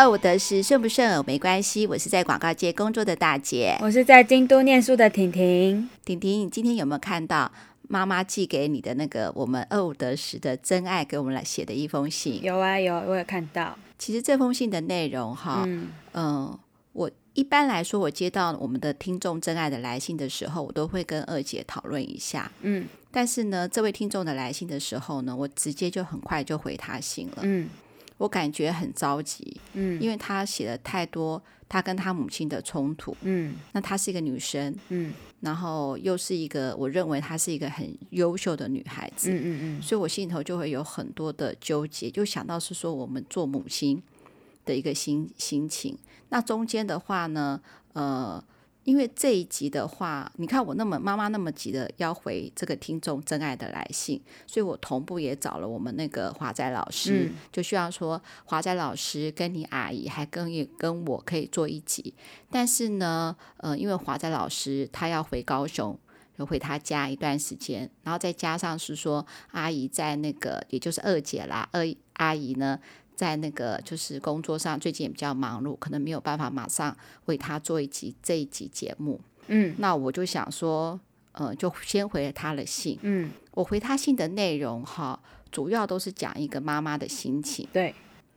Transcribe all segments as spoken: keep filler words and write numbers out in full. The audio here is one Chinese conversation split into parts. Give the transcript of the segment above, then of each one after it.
二五得十，顺不顺耳没关系。我是在广告界工作的大姐， 我是在京都念书的婷婷。 婷婷，你今天有没有看到妈妈寄给你的那个我们二五得十的真爱给我们来写的一封信？ 有啊有，我有看到。 其实这封信的内容哈，嗯、呃，我一般来说，我接到我们的听众真爱的来信的时候，我都会跟二姐讨论一下。嗯，但是呢，这位听众的来信的时候呢，我直接就很快就回他信了。嗯。我感觉很着急，嗯，因为她写了太多她跟她母亲的冲突，嗯，那她是一个女生，嗯，然后又是一个我认为她是一个很优秀的女孩子，嗯嗯嗯，所以我心里头就会有很多的纠结，就想到是说我们做母亲的一个心心情。那中间的话呢，呃。因为这一集的话，你看我那么妈妈那么急的要回这个听众真爱的来信，所以我同步也找了我们那个华仔老师，嗯、就希望说华仔老师跟你阿姨还跟也跟我可以做一集。但是呢，呃，因为华仔老师他要回高雄，回他家一段时间，然后再加上是说阿姨在那个，也就是二姐啦，二阿姨呢。在那个就是工作上最近也比较忙碌，可能没有办法马上为他做一集这一集节目。嗯，那我就想说，呃，就先回了他的信。嗯，我回他信的内容哈，主要都是讲一个妈妈的心情。 对，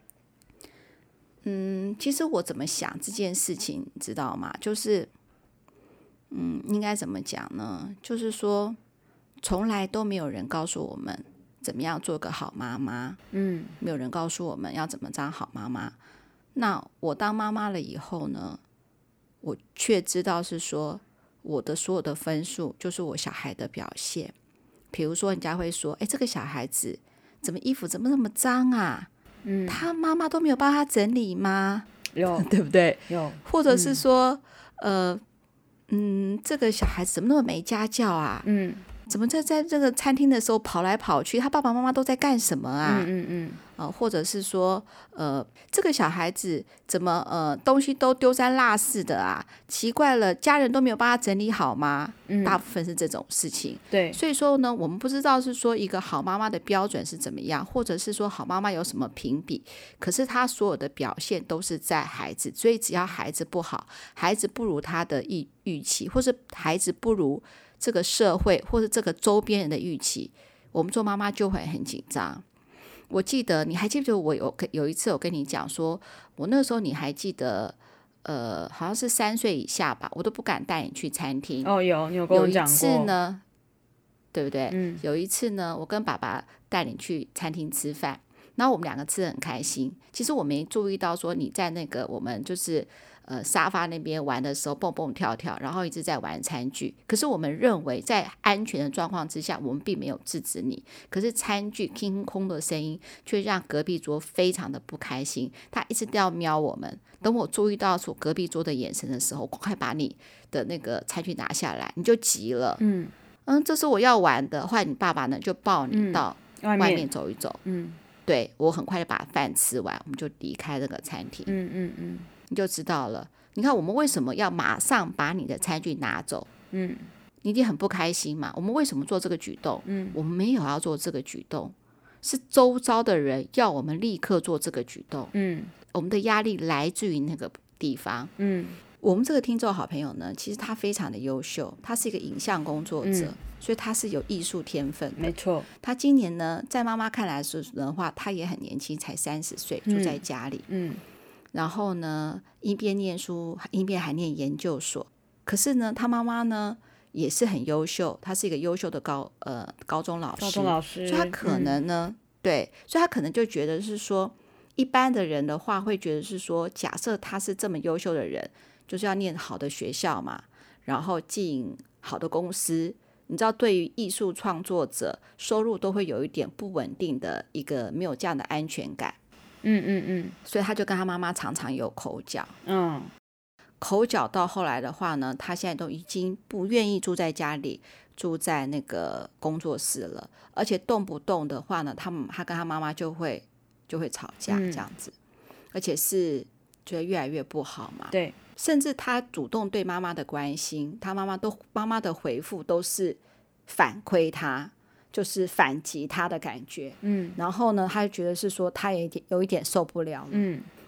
嗯，其实我怎么想这件事情，你知道吗？就是，嗯，应该怎么讲呢？就是说，从来都没有人告诉我们。怎么样做个好妈妈？嗯，没有人告诉我们要怎么当好妈妈。那我当妈妈了以后呢，我却知道是说我的所有的分数就是我小孩的表现。比如说，人家会说：“哎，这个小孩子怎么衣服怎么那么脏啊？嗯，他妈妈都没有帮他整理吗？ 有， 对不对？ 有， 或者是说，嗯、呃，嗯，这个小孩子怎么那么没家教啊？嗯。”怎么在在这个餐厅的时候跑来跑去？他爸爸妈妈都在干什么啊？嗯嗯嗯、呃，或者是说，呃，这个小孩子怎么呃东西都丢三落四的啊？奇怪了，家人都没有帮他整理好吗？嗯、大部分是这种事情。 对， 所以说呢，我们不知道是说一个好妈妈的标准是怎么样，或者是说好妈妈有什么评比。可是他所有的表现都是在孩子，所以只要孩子不好，孩子不如他的预预期，或是孩子不如。这个社会或者这个周边人的预期，我们做妈妈就会很紧张。我记得你还记不记得我有有一次我跟你讲说，我那时候你还记得，呃，好像是三岁以下吧，我都不敢带你去餐厅。 哦，有你有跟我讲过。 有一次呢，对不对？嗯，有一次呢，我跟爸爸带你去餐厅吃饭，然后我们两个吃得很开心。其实我没注意到说你在那个我们就是。呃，沙发那边玩的时候蹦蹦跳跳，然后一直在玩餐具。可是我们认为在安全的状况之下，我们并没有制止你。可是餐具空空的声音却让隔壁桌非常的不开心，他一直都要瞄我们。等我注意到说隔壁桌的眼神的时候，快把你的那个餐具拿下来，你就急了。嗯嗯，这是我要玩的。后来你爸爸呢就抱你到外面走一走。嗯，对，我很快就把饭吃完，我们就离开这个餐厅。嗯嗯嗯。你就知道了。你看我们为什么要马上把你的餐具拿走？嗯，你一定很不开心嘛。我们为什么做这个举动？嗯，我们没有要做这个举动，是周遭的人要我们立刻做这个举动。嗯，我们的压力来自于那个地方。嗯，我们这个听众好朋友呢，其实他非常的优秀，他是一个影像工作者，嗯、所以他是有艺术天分的。 没错， 他今年呢，在妈妈看来的话，他也很年轻，才三十岁，住在家里。嗯。嗯然后呢，一边念书，一边还念研究所。可是呢，他妈妈呢也是很优秀，他是一个优秀的高呃高中老师， 高中老师， 所以他可能呢，嗯、对，所以他可能就觉得是说，一般的人的话会觉得是说，假设他是这么优秀的人，就是要念好的学校嘛，然后进好的公司。你知道，对于艺术创作者，收入都会有一点不稳定的一个没有这样的安全感。嗯嗯嗯，所以他就跟他妈妈常常有口角，嗯，口角到后来的话呢，他现在都已经不愿意住在家里，住在那个工作室了，而且动不动的话呢，他们他跟他妈妈就会就会吵架这样子，嗯、而且是觉得越来越不好嘛， 对， 甚至他主动对妈妈的关心，他妈妈都妈妈的回复都是反馈他。就是反击他的感觉，嗯，然后呢，他就觉得是说他也有一点受不了了，嗯，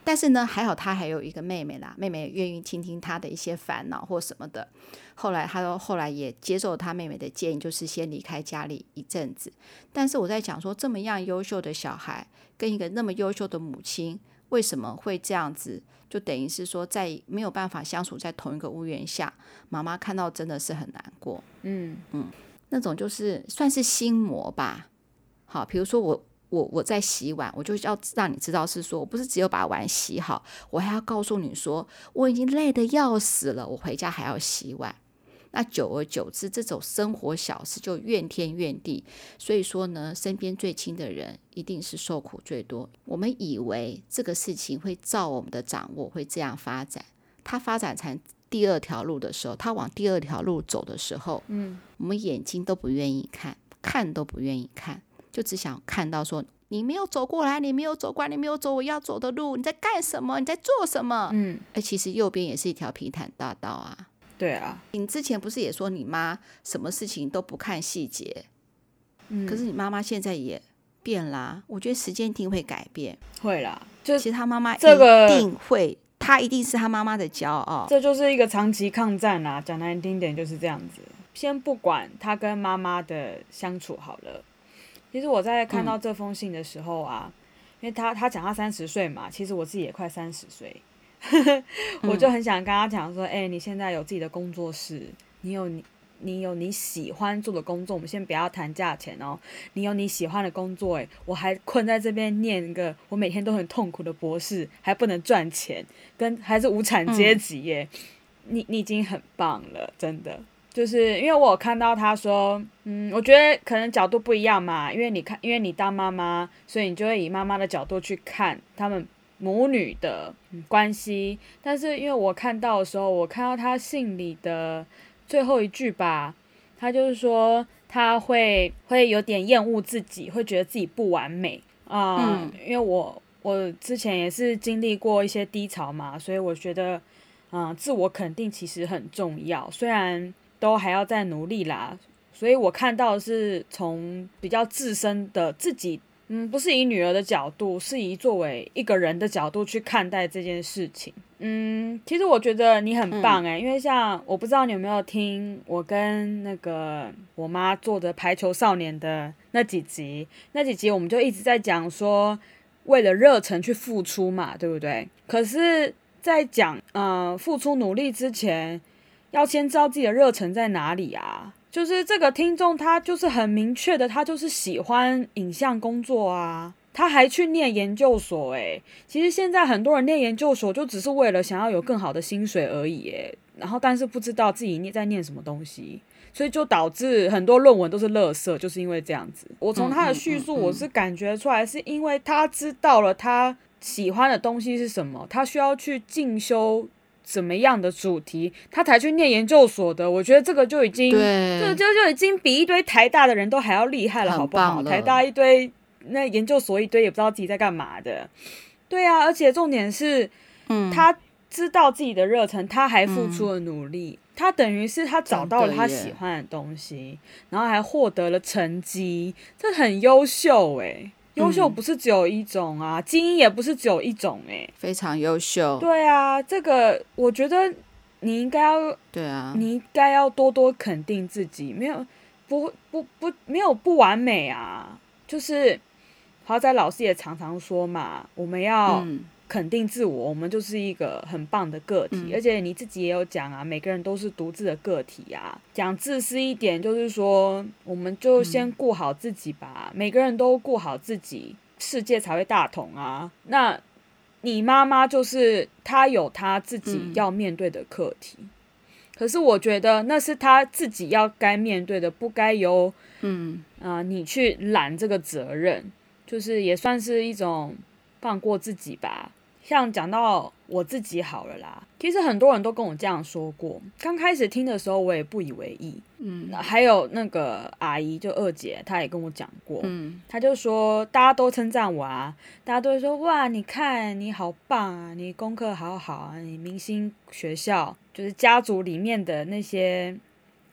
但是呢，还好他还有一个妹妹啦，妹妹也愿意听听他的一些烦恼或什么的。后来他后来也接受他妹妹的建议，就是先离开家里一阵子。但是我在讲说，这么样优秀的小孩跟一个那么优秀的母亲，为什么会这样子？就等于是说，在没有办法相处在同一个屋檐下，妈妈看到真的是很难过。嗯嗯，那种就是算是心魔吧。好，比如说我我我在洗碗，我就要让你知道是说，我不是只有把碗洗好，我还要告诉你说，我已经累得要死了，我回家还要洗碗。那久而久之，这种生活小事就怨天怨地。所以说呢，身边最亲的人一定是受苦最多。我们以为这个事情会照我们的掌握会这样发展，它发展成第二条路的时候，它往第二条路走的时候，嗯，我们眼睛都不愿意看，看都不愿意看，就只想看到说，你没有走过来，你没有走过来，你没有走我要走的路，你在干什么？你在做什么？嗯，而其实右边也是一条平坦大道啊。 对啊， 你之前不是也说你妈什么事情都不看细节、嗯、可是你妈妈现在也变啦。我觉得时间一定会改变， 会啦，就其实她妈妈一这个定会，她一定是她妈妈的骄傲。 这就是一个长期抗战啦，讲难听点就是这样子。先不管她跟妈妈的相处好了，其实我在看到这封信的时候啊，嗯、因为她她讲她三十岁嘛，其实我自己也快三十岁。我就很想跟他讲说，哎、欸，你现在有自己的工作室，你有你你有你喜欢做的工作，我们先不要谈价钱哦。你有你喜欢的工作，哎，我还困在这边念一个我每天都很痛苦的博士，还不能赚钱，跟还是无产阶级耶。嗯、你你已经很棒了，真的。就是因为我有看到他说，嗯，我觉得可能角度不一样嘛，因为你看，因为你当妈妈，所以你就会以妈妈的角度去看他们母女的关系。但是因为我看到的时候，我看到他信里的最后一句吧，他就是说他会会有点厌恶自己，会觉得自己不完美啊、呃嗯。因为我我之前也是经历过一些低潮嘛，所以我觉得，嗯、呃，自我肯定其实很重要，虽然都还要再努力啦。所以我看到的是从比较自身的自己。嗯，不是以女儿的角度，是以作为一个人的角度去看待这件事情。嗯，其实我觉得你很棒欸、嗯、因为像我不知道你有没有听我跟那个我妈做的排球少年的那几集，那几集我们就一直在讲说为了热忱去付出嘛，对不对？可是在讲呃付出努力之前，要先知道自己的热忱在哪里啊。就是这个听众他就是很明确的，他就是喜欢影像工作啊，他还去念研究所欸。其实现在很多人念研究所就只是为了想要有更好的薪水而已欸，然后但是不知道自己在念什么东西，所以就导致很多论文都是垃圾，就是因为这样子。我从他的叙述我是感觉出来是因为他知道了他喜欢的东西是什么，他需要去进修怎么样的主题，他才去念研究所的。我觉得这个就已经，这个就就已经比一堆台大的人都还要厉害了，好不好？台大一堆，那研究所一堆，也不知道自己在干嘛的。对啊，而且重点是，嗯，他知道自己的热忱，他还付出了努力，嗯、他等于是他找到了他喜欢的东西，然后还获得了成绩，这很优秀哎。优秀不是只有一种啊，基因也不是只有一种哎、欸， 非常优秀。 对啊，这个我觉得你应该要， 对啊， 你应该要多多肯定自己，没有不不不没有不完美啊，就是华仔老师也常常说嘛，我们要肯定自我，我们就是一个很棒的个体，嗯、而且你自己也有讲啊，每个人都是独自的个体啊。讲自私一点，就是说，我们就先顾好自己吧，嗯、每个人都顾好自己，世界才会大同啊。那你妈妈就是她有她自己要面对的课题，嗯、可是我觉得那是她自己要该面对的，不该由嗯啊、呃、你去揽这个责任，就是也算是一种放过自己吧。像讲到我自己好了啦，其实很多人都跟我这样说过，刚开始听的时候我也不以为意，嗯，还有那个阿姨就二姐，她也跟我讲过，嗯，她就说大家都称赞我啊，大家都会说哇，你看你好棒啊，你功课好好啊，你明星学校就是家族里面的那些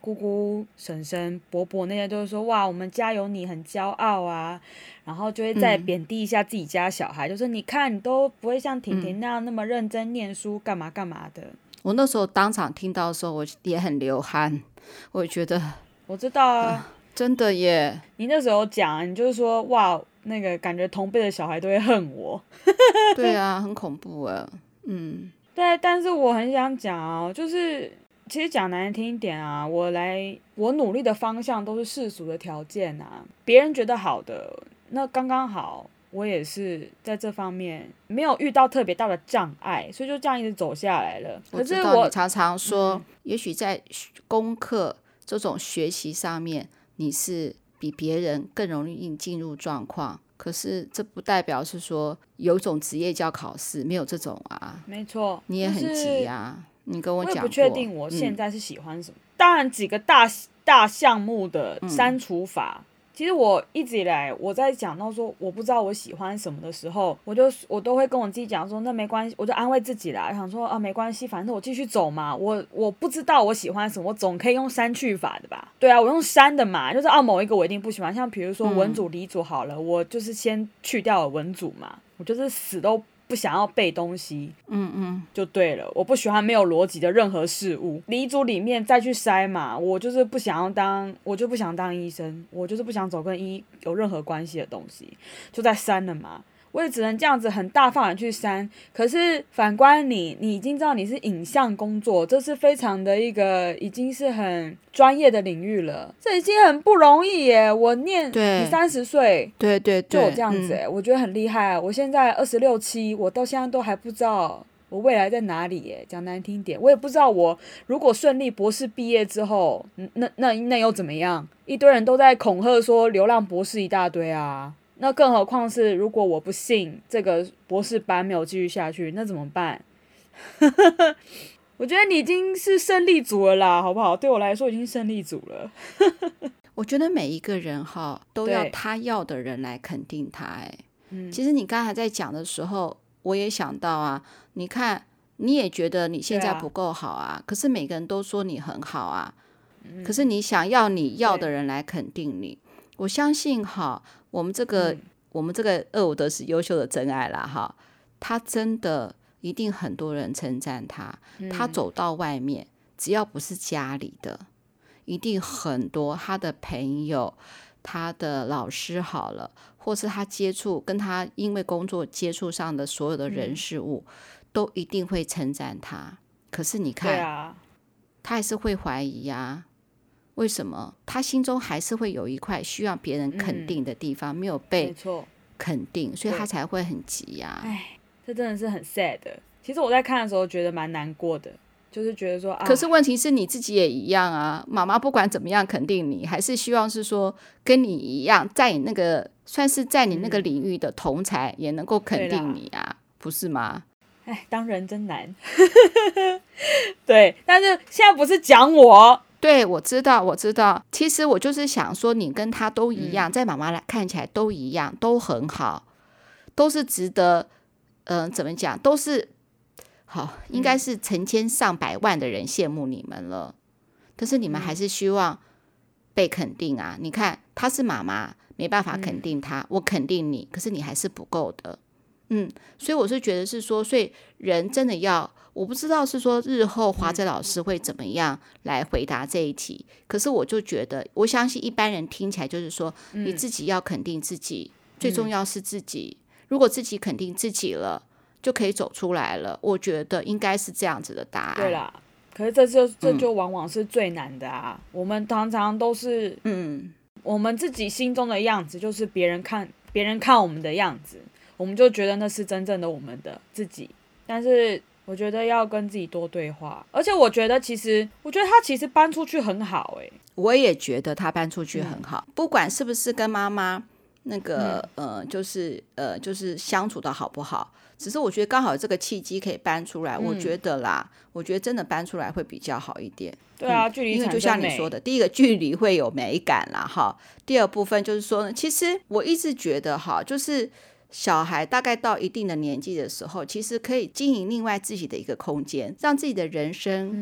姑姑、婶婶、伯伯那些都是说哇，我们家有你很骄傲啊，然后就会再贬低一下自己家小孩，嗯、就说你看你都不会像婷婷那样那么认真念书，干嘛干嘛的。 我那时候当场听到的时候，我也很流汗，我觉得我知道啊、 呃，真的耶。 你那时候讲，你就是说哇，那个感觉同辈的小孩都会恨我。 对啊，很恐怖啊。嗯， 对，但是我很想讲啊，就是其实讲难听一点啊，我来我努力的方向都是世俗的条件啊，别人觉得好的那刚刚好。我也是在这方面没有遇到特别大的障碍，所以就这样一直走下来了。 我知道你常常说、嗯、也许在功课这种学习上面你是比别人更容易进入状况，可是这不代表是说有一种职业叫考试，没有这种啊。 没错， 你也很急啊、就是、你跟我讲过。 我也不确定我现在是喜欢什么、嗯、当然几个大大项目的删除法、嗯，其实我一直以来我在讲到说我不知道我喜欢什么的时候，我就我都会跟我自己讲说那没关系，我就安慰自己啦，想说啊没关系，反正我继续走嘛，我我不知道我喜欢什么，我总可以用删去法的吧？对啊，我用删的嘛，就是啊某一个我一定不喜欢，像比如说文组理组好了、嗯，我就是先去掉了文组嘛，我就是死都不想要背东西， 嗯嗯， 就对了，我不喜欢没有逻辑的任何事物。理组里面再去筛嘛，我就是不想要当，我就不想当医生，我就是不想走跟医有任何关系的东西，就在删了嘛。我也只能这样子很大方的去删。可是反观你，你已经知道你是影像工作，这是非常的一个已经是很专业的领域了，这已经很不容易耶。我念你三十岁， 对对对， 就我这样子耶、嗯、我觉得很厉害。我现在二十六七，我到现在都还不知道我未来在哪里耶。讲难听点，我也不知道我如果顺利博士毕业之后，那那那又怎么样？一堆人都在恐吓说流浪博士一大堆啊。那更何况是如果我不幸这个博士班没有继续下去，那怎么办？我觉得你已经是胜利组了啦，好不好？对我来说已经胜利组了。 我觉得每一个人哈都要他要的人来肯定他。哎、嗯，其实你刚才在讲的时候，我也想到啊，你看你也觉得你现在不够好 啊, 啊可是每个人都说你很好啊、嗯、可是你想要你要的人来肯定你。我相信哈，我们这个、嗯、我们这个二五得十优秀的真爱啦哈，他真的一定很多人称赞他、嗯、他走到外面只要不是家里的，一定很多他的朋友他的老师好了，或是他接触跟他因为工作接触上的所有的人事物、嗯、都一定会称赞他。可是你看、啊、他还是会怀疑啊，为什么他心中还是会有一块需要别人肯定的地方、嗯、没有被肯定，所以他才会很急啊。 哎，这真的是很 sad 的。其实我在看的时候觉得蛮难过的，就是觉得说、啊、 可是问题是你自己也一样啊，妈妈不管怎么样肯定你，还是希望是说跟你一样，在你那个算是在你那个领域的同才、嗯、也能够肯定你啊，不是吗？ 哎，当人真难。对，但是现在不是讲我， 对，我知道我知道，其实我就是想说你跟他都一样、嗯、在妈妈看起来都一样，都很好，都是值得嗯、呃，怎么讲，都是好，应该是成千上百万的人羡慕你们了、嗯、可是你们还是希望被肯定啊、嗯、你看他是妈妈没办法肯定他、嗯、我肯定你，可是你还是不够的。嗯，所以我是觉得是说，所以人真的要，我不知道是说日后华哲老师会怎么样来回答这一题、嗯、可是我就觉得我相信一般人听起来就是说、嗯、你自己要肯定自己、嗯、最重要是自己，如果自己肯定自己了就可以走出来了，我觉得应该是这样子的答案。 对啦，可是这就这就往往是最难的啊、嗯、我们常常都是嗯，我们自己心中的样子就是别人看别人看我们的样子，我们就觉得那是真正的我们的自己，但是我觉得要跟自己多对话。而且我觉得其实我觉得他其实搬出去很好。欸， 我也觉得他搬出去很好、嗯、不管是不是跟妈妈那个、嗯、呃就是呃就是相处的好不好，只是我觉得刚好有这个契机可以搬出来、嗯、我觉得啦我觉得真的搬出来会比较好一点。 对啊、嗯、距离产生美， 因为就像你说的，第一个距离会有美感啦哈，第二部分就是说呢，其实我一直觉得哈，就是小孩大概到一定的年纪的时候，其实可以经营另外自己的一个空间，让自己的人生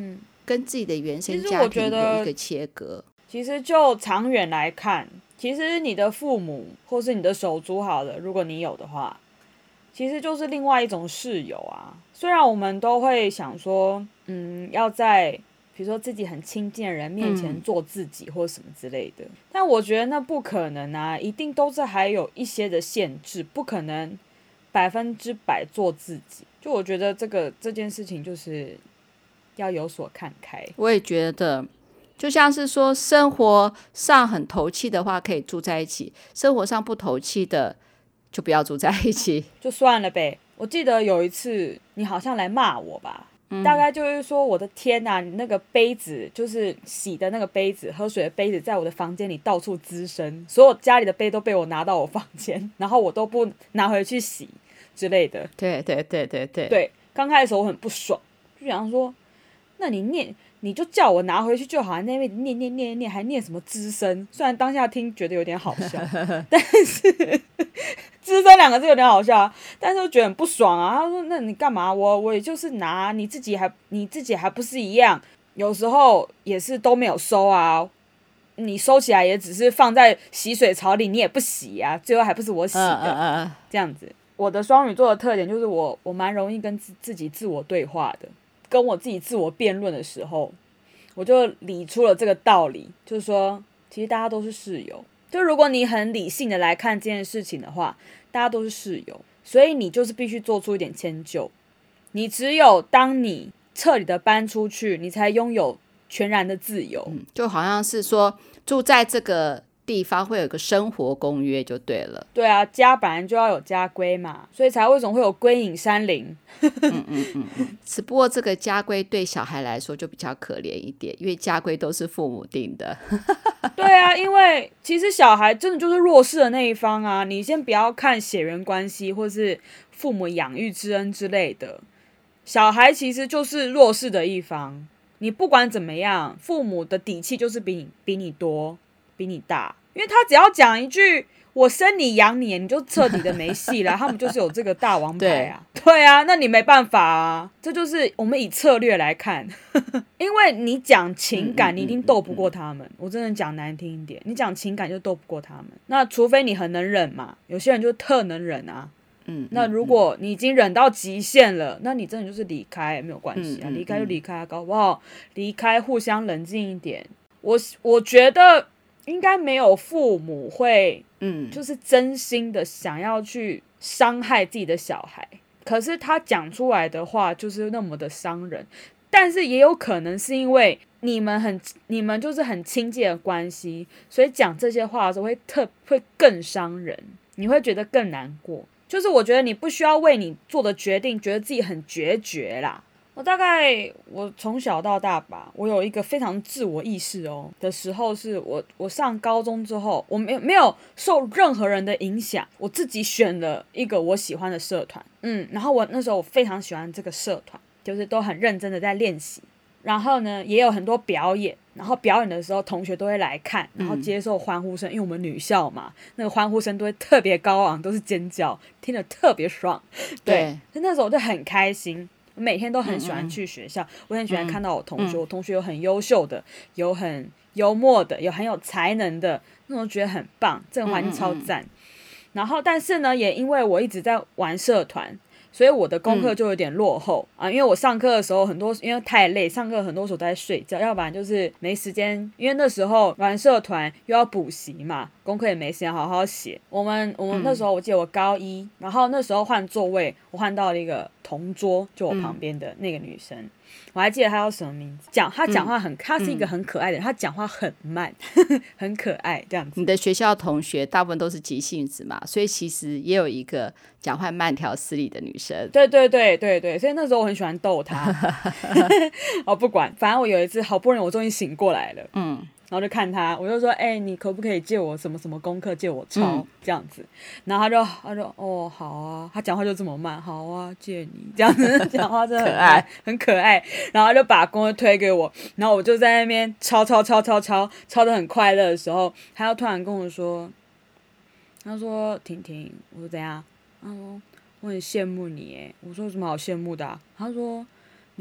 跟自己的原生家庭有一个切割。 其实就长远来看，其实你的父母或是你的手足好了，如果你有的话，其实就是另外一种室友啊。虽然我们都会想说，嗯，要在比如说自己很亲近的人面前做自己或什么之类的，嗯、但我觉得那不可能啊，一定都是还有一些的限制，不可能百分之百做自己。就我觉得这个这件事情就是要有所看开。 我也觉得。就像是说生活上很投契的话可以住在一起，生活上不投契的就不要住在一起， 就算了呗。我记得有一次你好像来骂我吧、嗯、大概就是说我的天啊，你那个杯子就是洗的那个杯子，喝水的杯子在我的房间里到处滋生，所有家里的杯都被我拿到我房间，然后我都不拿回去洗之类的。 对对对对对对，刚开始我很不爽，就想说那你念你就叫我拿回去就好，那边念念念念还念什么滋生，虽然当下听觉得有点好笑但是滋生两个字有点好笑，但是我觉得很不爽啊。他说那你干嘛，我我也就是拿，你自己还你自己还不是一样，有时候也是都没有收啊，你收起来也只是放在洗水槽里，你也不洗啊，最后还不是我洗的、uh, uh, uh. 这样子。我的双鱼座的特点就是我我蛮容易跟自自己自我对话的，跟我自己自我辩论的时候，我就理出了这个道理，就是说其实大家都是室友，就如果你很理性的来看这件事情的话，大家都是室友，所以你就是必须做出一点迁就，你只有当你彻底的搬出去，你才拥有全然的自由、嗯、 就好像是说住在这个地方会有个生活公约就对了。 对啊，家本来就要有家规嘛，所以才为什么会有归隐山林嗯嗯嗯嗯，只不过这个家规对小孩来说就比较可怜一点，因为家规都是父母定的对啊，因为其实小孩真的就是弱势的那一方啊，你先不要看血缘关系或是父母养育之恩之类的，小孩其实就是弱势的一方，你不管怎么样，父母的底气就是比你比你多比你大，因为他只要讲一句我生你养你，你就彻底的没戏了他们就是有这个大王牌啊。对, 对啊，那你没办法啊，这就是我们以策略来看因为你讲情感你一定斗不过他们、嗯嗯嗯嗯、我真的讲难听一点，你讲情感就斗不过他们，那除非你很能忍嘛，有些人就特能忍啊。嗯，那如果你已经忍到极限了，那你真的就是离开没有关系啊，离开就离开，搞不好离开互相冷静一点。我我觉得应该没有父母会嗯，就是真心的想要去伤害自己的小孩，可是他讲出来的话就是那么的伤人，但是也有可能是因为你们很你们就是很亲近的关系，所以讲这些话的时候会特会更伤人，你会觉得更难过。就是我觉得你不需要为你做的决定觉得自己很决绝啦。我大概我从小到大吧，我有一个非常自我意识哦的时候，是我我上高中之后，我没有没有受任何人的影响，我自己选了一个我喜欢的社团，嗯，然后我那时候我非常喜欢这个社团，就是都很认真的在练习，然后呢也有很多表演，然后表演的时候同学都会来看，然后接受欢呼声、嗯、因为我们女校嘛，那个欢呼声都会特别高昂，都是尖叫，听得特别爽。对，所以那时候我就很开心，我每天都很喜欢去学校、嗯嗯、我很喜欢看到我同学、嗯、我同学有很优秀的，有很幽默的，有很有才能的，那种觉得很棒，这个环境超赞、嗯嗯嗯、然后但是呢也因为我一直在玩社团，所以我的功课就有点落后、嗯、啊，因为我上课的时候很多因为太累，上课很多时候都在睡觉，要不然就是没时间，因为那时候玩社团又要补习嘛，功课也没时间好好写。我们我们那时候我记得我高一、嗯、然后那时候换座位，我换到了一个同桌，就我旁边的那个女生、嗯、我还记得她叫什么名字，讲她讲话很、嗯、她是一个很可爱的人，她讲话很慢很可爱这样子。 你的学校同学大部分都是急性子嘛，所以其实也有一个讲话慢条斯理的女生。 对对对对对，所以那时候我很喜欢逗她哦，不管，反正我有一次好不容易我终于醒过来了，嗯，然后就看他，我就说哎、欸，你可不可以借我什么什么功课借我抄、嗯、这样子，然后他就他就哦好啊，他讲话就这么慢，好啊借你这样子，讲话真的很可爱很可爱，然后他就把功课推给我，然后我就在那边抄抄抄抄抄抄得很快乐的时候，他又突然跟我说，他说婷婷，我说怎样，他说我很羡慕你耶，我说有什么好羡慕的啊，他说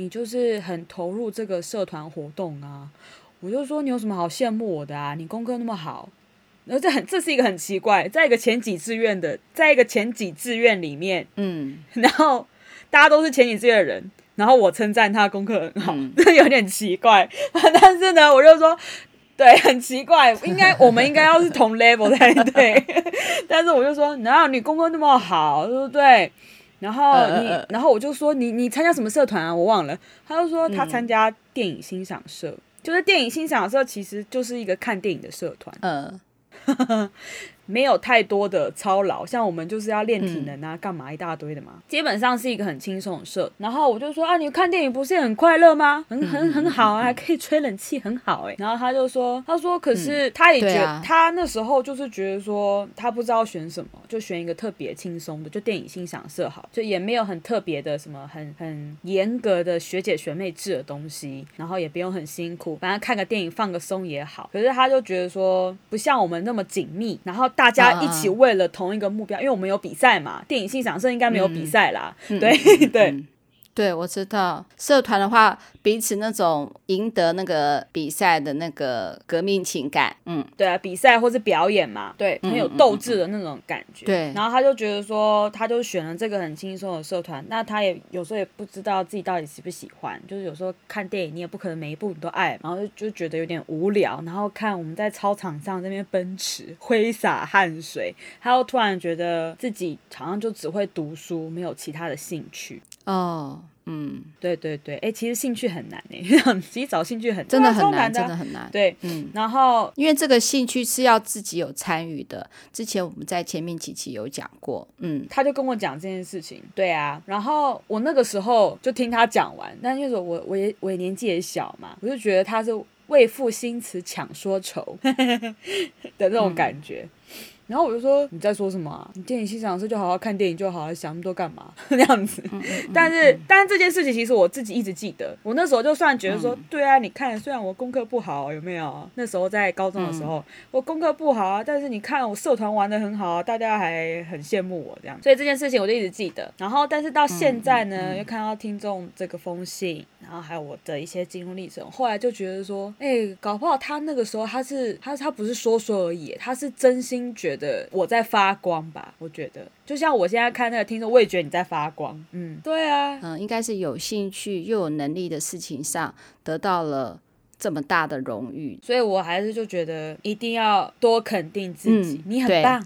你就是很投入这个社团活动啊。我就说你有什么好羡慕我的啊？你功课那么好。然后这很这是一个很奇怪，在一个前几志愿的，在一个前几志愿里面，嗯，然后大家都是前几志愿的人，然后我称赞他功课很好，这、嗯、有点奇怪。但是呢，我就说，对，很奇怪，应该我们应该要是同 level 才对。但是我就说，哪有你功课那么好，对不对？然后你，呃、然后我就说你你参加什么社团啊？我忘了。他就说他参加电影欣赏社，嗯、就是电影欣赏社其实就是一个看电影的社团。呃没有太多的操劳，像我们就是要练体能啊，干、嗯、嘛一大堆的嘛，基本上是一个很轻松的社。然后我就说啊，你看电影不是很快乐吗？很很很好啊，还可以吹冷气，很好哎、欸。然后他就说，他说可是他也觉得、嗯啊、他那时候就是觉得说他不知道选什么，就选一个特别轻松的，就电影欣赏社好，就也没有很特别的什么很很严格的学姐学妹制的东西，然后也不用很辛苦，反正看个电影放个松也好。可是他就觉得说不像我们那么紧密，然后大家一起为了同一个目标，因为我们有比赛嘛，电影欣赏社应该没有比赛啦、嗯、对、嗯、对、嗯、 对，我知道社团的话彼此那种赢得那个比赛的那个革命情感，嗯， 对啊，比赛或是表演嘛，对，很有斗志的那种感觉、嗯嗯嗯、对。然后他就觉得说他就选了这个很轻松的社团，那他也有时候也不知道自己到底喜不喜欢，就是有时候看电影你也不可能每一部你都爱，然后 就, 就觉得有点无聊，然后看我们在操场上那边奔驰挥洒汗水，他又突然觉得自己好像就只会读书，没有其他的兴趣哦。嗯，对对对，哎、欸，其实兴趣很难哎、欸，其实找兴趣很真的很难， 难真的很难。 对，嗯，然后因为这个兴趣是要自己有参与的，之前我们在前面几期有讲过，嗯， 他就跟我讲这件事情，对啊，然后我那个时候就听他讲完，但因为我我也我也年纪也小嘛，我就觉得他是为赋新词强说愁的那种感觉。嗯，然后我就说你在说什么啊？你电影欣赏社就好好看电影就好，想那么多干嘛？那样子。嗯嗯嗯、但是，但是这件事情其实我自己一直记得。我那时候就算觉得说，嗯、对啊，你看，虽然我功课不好，有没有？那时候在高中的时候，嗯、我功课不好啊，但是你看我社团玩得很好啊，大家还很羡慕我这样。所以这件事情我就一直记得。然后，但是到现在呢，嗯嗯、又看到听众这个封信，然后还有我的一些心路历程，后来就觉得说，哎、欸，搞不好他那个时候他是他他不是说说而已，他是真心觉得。我在发光吧，我觉得就像我现在看那个听众，我也觉得你在发光。嗯，对啊， 嗯，应该是有兴趣又有能力的事情上得到了这么大的荣誉， 所以我还是就觉得一定要多肯定自己，嗯、你很棒。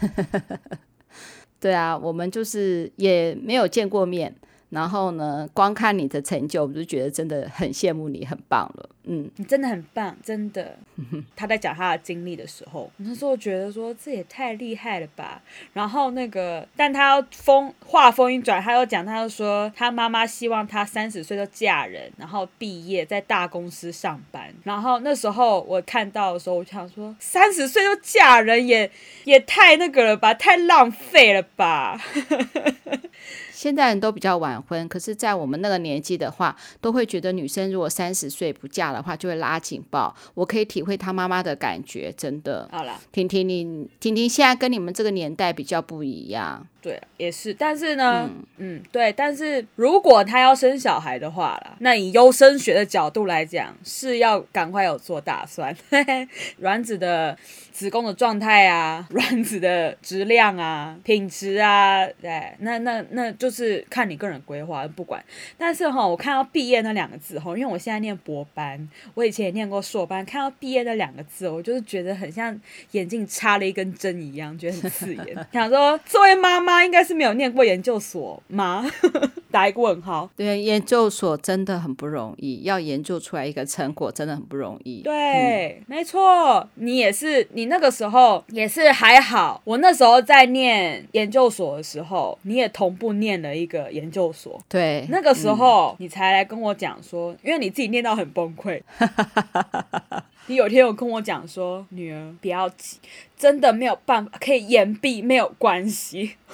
对啊，我们就是也没有见过面，然后呢，光看你的成就，我就觉得真的很羡慕你，很棒了。嗯， 你真的很棒，真的。他在讲他的经历的时候，那时候觉得说这也太厉害了吧。然后那个，但他要风话锋一转，他又讲，他又说他妈妈希望他三十岁就嫁人，然后毕业在大公司上班。然后那时候我看到的时候，我想说三十岁就嫁人也也太那个了吧，太浪费了吧。 现在人都比较晚婚，可是在我们那个年纪的话，都会觉得女生如果三十岁不嫁的话就会拉警报。我可以体会她妈妈的感觉，真的。 好啦， 婷婷你婷婷现在跟你们这个年代比较不一样。 对，也是，但是呢，嗯, 嗯，对，但是如果她要生小孩的话啦，那以优生学的角度来讲，是要赶快有做打算。卵子的子宫的状态啊，卵子的质量啊，品质啊，对，那那那就是看你个人规划，不管。但是哈，我看到毕业那两个字哈，因为我现在念博班，我以前也念过硕班，看到毕业那两个字，我就是觉得很像眼镜插了一根针一样，觉得很刺眼。想说，作为妈妈应该是没有念过研究所吗？打一个问号。 对，研究所真的很不容易，要研究出来一个成果真的很不容易。 对，嗯、没错，你也是，你那个时候也是还好。我那时候在念研究所的时候，你也同步念了一个研究所。 对， 那个时候、嗯、你才来跟我讲说，因为你自己念到很崩溃。你有天有跟我讲说，女儿不要急，真的没有办法，可以延毕没有关系。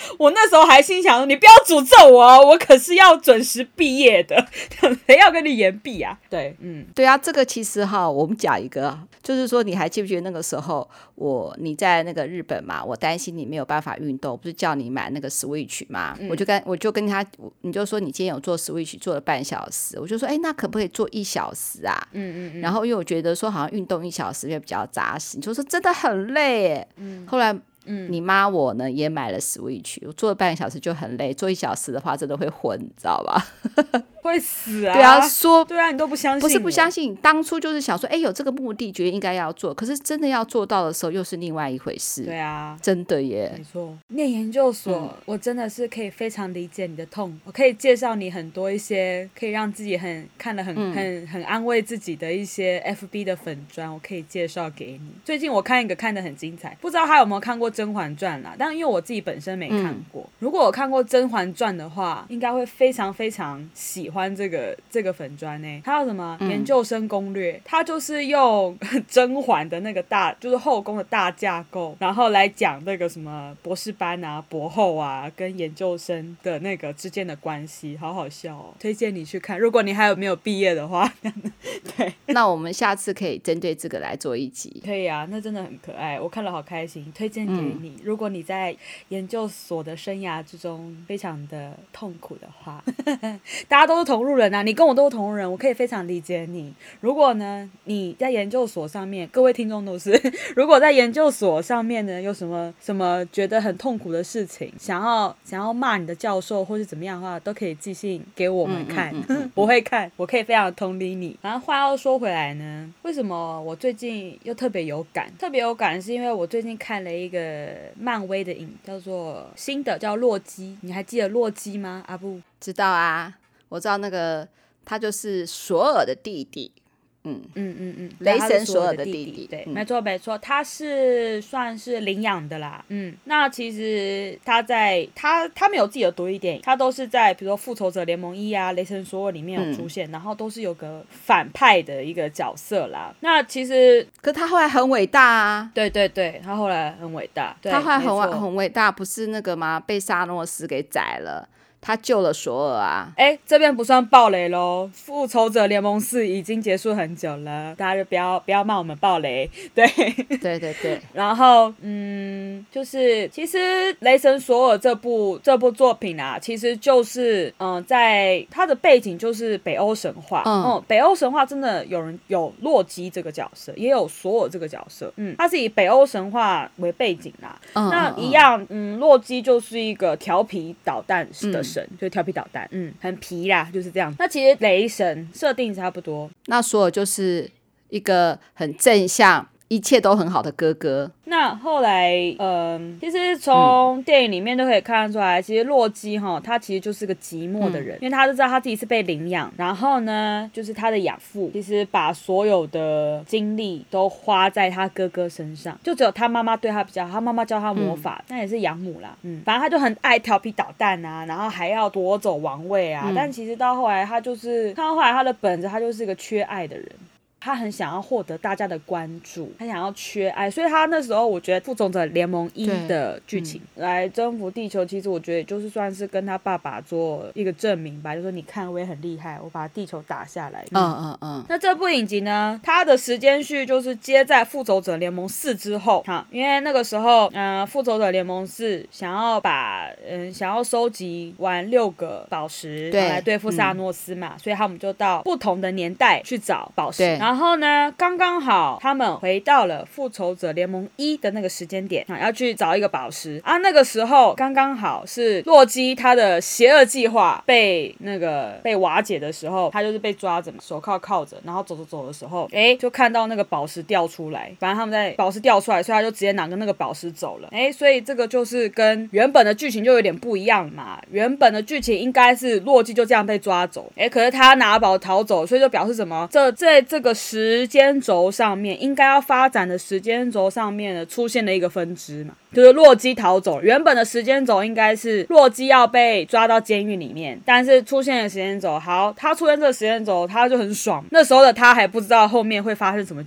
我那时候还心想你不要诅咒我哦，我可是要准时毕业的，谁要跟你延毕啊？对，嗯， 对啊，这个其实哈，我们讲一个，就是说你还记不记得那个时候我你在那个日本嘛，我担心你没有办法运动，不是叫你买那个 Switch 嘛、嗯、我就跟我就跟他，你就说你今天有做 Switch 做了半小时，我就说哎，那可不可以做一小时啊？嗯嗯嗯，然后因为我觉得说好像运动一小时会比较扎实，你就说真的很累耶、嗯、后来嗯，你妈我呢也买了 Switch， 我做了半个小时就很累，做一小时的话真的会昏，你知道吧？ 会死啊！ 对啊，说对啊，你都不相信， 不是不相信，当初就是想说，哎，有这个目的，觉得应该要做，可是真的要做到的时候，又是另外一回事。 对啊， 真的耶， 没错。念研究所、嗯，我真的是可以非常理解你的痛，我可以介绍你很多一些可以让自己很看得很、嗯、很很安慰自己的一些 F B 的粉专，我可以介绍给你。最近我看一个看得很精彩，不知道他有没有看过《甄嬛传》啦？但因为我自己本身没看过，嗯、如果我看过《甄嬛传》的话，应该会非常非常喜欢这个这个粉专呢。它有什么、嗯、研究生攻略？它就是用甄嬛的那个大，就是后宫的大架构，然后来讲那个什么博士班啊、博后啊跟研究生的那个之间的关系，好好笑哦！推荐你去看，如果你还有没有毕业的话，对， 那我们下次可以针对这个来做一集。 可以啊，那真的很可爱，我看了好开心，推荐给你。嗯、如果你在研究所的生涯之中非常的痛苦的话，大家都是同路人啊，你跟我都是同路人，我可以非常理解你。如果呢你在研究所上面，各位听众都是，如果在研究所上面呢有什么什么觉得很痛苦的事情，想要想要骂你的教授或是怎么样的话，都可以寄信给我们看，嗯嗯嗯嗯我会看，我可以非常同理你。然后话要说回来呢，为什么我最近又特别有感？特别有感是因为我最近看了一个漫威的影，叫做新的叫洛基，你还记得洛基吗？阿布知道啊，我知道那个他就是索尔的弟弟。嗯嗯嗯嗯，雷神索尔的弟弟， 对， 嗯、 没错没错，他是算是领养的啦。嗯，那其实他在他他没有自己的独立电影，他都是在比如说复仇者联盟一啊、雷神索尔里面有出现、嗯，然后都是有个反派的一个角色啦。那其实， 可他后来很伟大啊。 对对对，他后来很伟大，对他后来很很伟大，不是那个吗？被沙诺斯给宰了。他救了索尔啊！ 哎，这边不算爆雷咯，复仇者联盟四已经结束很久了，大家就不要不要骂我们爆雷。对对对对。 然后嗯，就是其实雷神索尔这部这部作品啊，其实就是嗯、呃，在它的背景就是北欧神话。嗯，嗯北欧神话真的有人有洛基这个角色，也有索尔这个角色。嗯，它是以北欧神话为背景啦。嗯，那一样，嗯，洛基就是一个调皮捣蛋的神。嗯，就调皮捣蛋，嗯，很皮啦，就是这样。那其实雷神设定差不多， 那索尔就是一个很正向、一切都很好的哥哥。 那后来，嗯、呃，其实从电影里面都可以看得出来，嗯、其实洛基哈，他其实就是个寂寞的人，嗯、因为他都知道他自己是被领养，然后呢，就是他的养父，其实把所有的精力都花在他哥哥身上，就只有他妈妈对他比较好，他妈妈教他魔法，那、嗯、也是养母啦，嗯，反正他就很爱调皮捣蛋啊，然后还要夺走王位啊，嗯、但其实到后来，他就是看到后来他的本质，他就是个缺爱的人。他很想要获得大家的关注，他想要缺爱，所以他那时候我觉得复仇者联盟一的剧情、嗯、来征服地球，其实我觉得就是算是跟他爸爸做一个证明吧，就说你看我也很厉害，我把地球打下来。 嗯嗯嗯。 那这部影集呢，它的时间序就是接在复仇者联盟四之后，哈，因为那个时候，呃，复仇者联盟四想要把，嗯、呃，想要收集完六个宝石，对，来对付萨诺斯嘛、嗯，所以他们就到不同的年代去找宝石。对。然后呢，刚刚好他们回到了复仇者联盟一的那个时间点啊，要去找一个宝石啊。那个时候刚刚好是洛基他的邪恶计划被那个被瓦解的时候，他就是被抓着嘛，手铐铐着，然后走走走的时候，哎，就看到那个宝石掉出来。反正他们在宝石掉出来，所以他就直接拿着那个宝石走了。哎，所以这个就是跟原本的剧情就有点不一样嘛。原本的剧情应该是洛基就这样被抓走，哎，可是他拿宝逃走，所以就表示什么？这在这个时间轴上面应该要发展的时间轴上面呢，出现了一个分支嘛，就是洛基逃走。原本的时间轴应该是洛基要被抓到监狱里面，但是出现了时间轴，好，他出现这个时间轴，他就很爽。那时候的他还不知道后面会发生什么剧情。